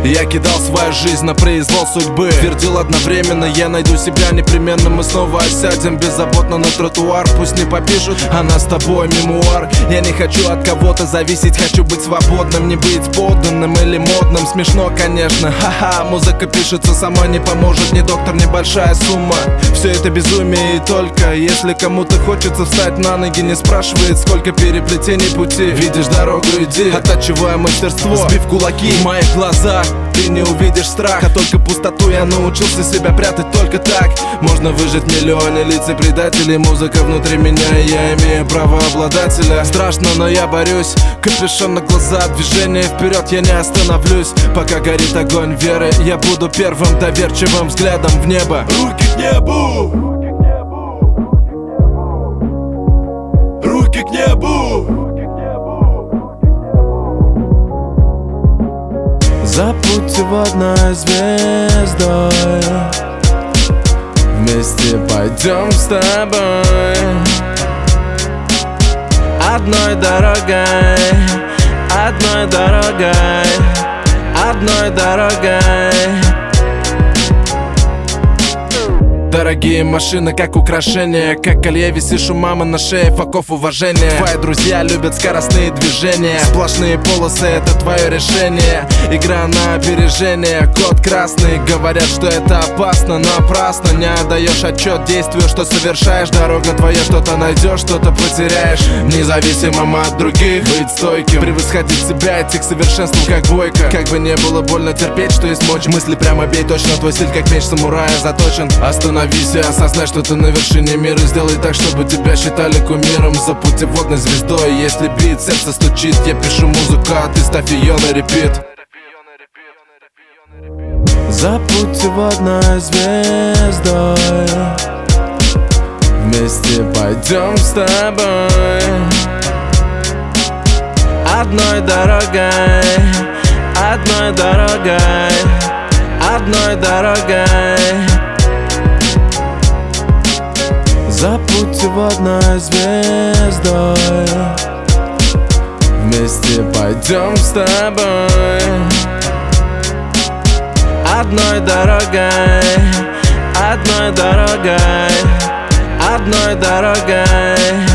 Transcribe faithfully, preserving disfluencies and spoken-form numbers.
Я кидал свою жизнь на произвол судьбы, твердил одновременно: я найду себя непременно. Мы снова осядем беззаботно на тротуар. Пусть не попишут о нас с тобой мемуар. Я не хочу от кого-то зависеть, хочу быть свободным, не быть подданным или модным. Смешно, конечно, ха-ха. Музыка пишется сама, не поможет ни доктор, ни большая сумма. Все это безумие, и только если кому-то хочется встать на ноги, не спрашивает, сколько переплетений пути. Видишь дорогу, иди, оттачивая мастерство, сбив кулаки в моих глазах. Ты не увидишь страха, только пустоту. Я научился себя прятать только так. Можно выжить в миллионе лиц и предателей. Музыка внутри меня, и я имею право обладателя. Страшно, но я борюсь. Капюшон на глаза, движение вперед, я не остановлюсь. Пока горит огонь веры, я буду первым доверчивым взглядом в небо. Руки к небу! Руки к небу! За путеводной звездой вместе пойдем с тобой одной дорогой, одной дорогой, одной дорогой. Дорогие машины, как украшения, как колье висишь у мамы на шее, факов уважения. Твои друзья любят скоростные движения, сплошные полосы — это твое решение. Игра на опережение, код красный. Говорят, что это опасно, но напрасно. Не отдаешь отчет действию, что совершаешь. Дорога твоя, что-то найдешь, что-то потеряешь. Независимым от других, быть стойким, превосходить себя, идти к совершенству, как бойко. Как бы не было больно терпеть, что есть мочь. Мысли прямо бей точно, твой стиль как меч самурая заточен. Остановись и осознай, что ты на вершине мира. Сделай так, чтобы тебя считали кумиром. За путеводной звездой, если бит, сердце стучит. Я пишу музыку, а ты ставь ее на репит. За путеводной звездой вместе пойдем с тобой одной дорогой, одной дорогой, одной дорогой. За путеводной звездой вместе пойдем с тобой одной дорогой, одной дорогой, одной дорогой.